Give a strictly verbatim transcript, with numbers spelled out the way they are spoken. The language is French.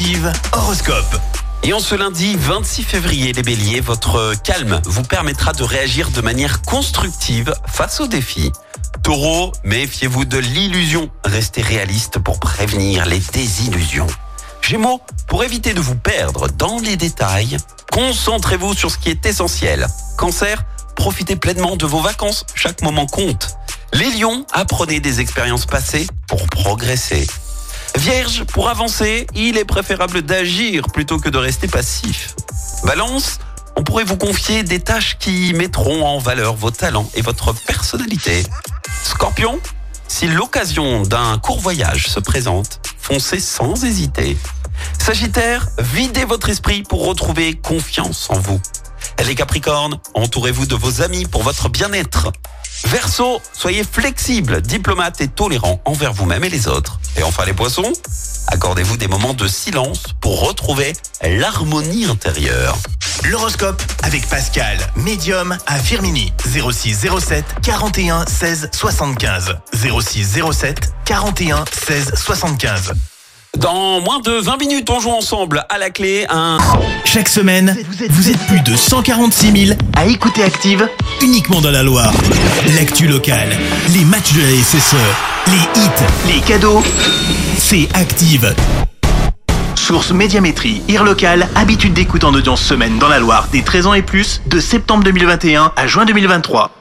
Active horoscope. Et en ce lundi vingt-six février, les béliers, votre calme vous permettra de réagir de manière constructive face aux défis. Taureau, méfiez-vous de l'illusion. Restez réaliste pour prévenir les désillusions. Gémeaux, pour éviter de vous perdre dans les détails, concentrez-vous sur ce qui est essentiel. Cancer, profitez pleinement de vos vacances, chaque moment compte. Les lions, apprenez des expériences passées pour progresser. Vierge, pour avancer, il est préférable d'agir plutôt que de rester passif. Balance, on pourrait vous confier des tâches qui mettront en valeur vos talents et votre personnalité. Scorpion, si l'occasion d'un court voyage se présente, foncez sans hésiter. Sagittaire, videz votre esprit pour retrouver confiance en vous. Les Capricornes, entourez-vous de vos amis pour votre bien-être. Verseau, soyez flexible, diplomate et tolérant envers vous-même et les autres. Et enfin les Poissons, accordez-vous des moments de silence pour retrouver l'harmonie intérieure. L'horoscope avec Pascal, médium à Firminy. zéro six zéro sept quarante et un seize soixante-quinze. zéro six zéro sept quarante et un seize soixante-quinze. Dans moins de vingt minutes, on joue ensemble à la clé un... Chaque semaine, vous êtes plus de cent quarante-six mille à écouter Active uniquement dans la Loire. L'actu locale, les matchs de la S S E, les hits, les cadeaux, c'est Active. Source Médiamétrie, I R local, habitude d'écoute en audience semaine dans la Loire des treize ans et plus, de septembre deux mille vingt et un à juin deux mille vingt-trois.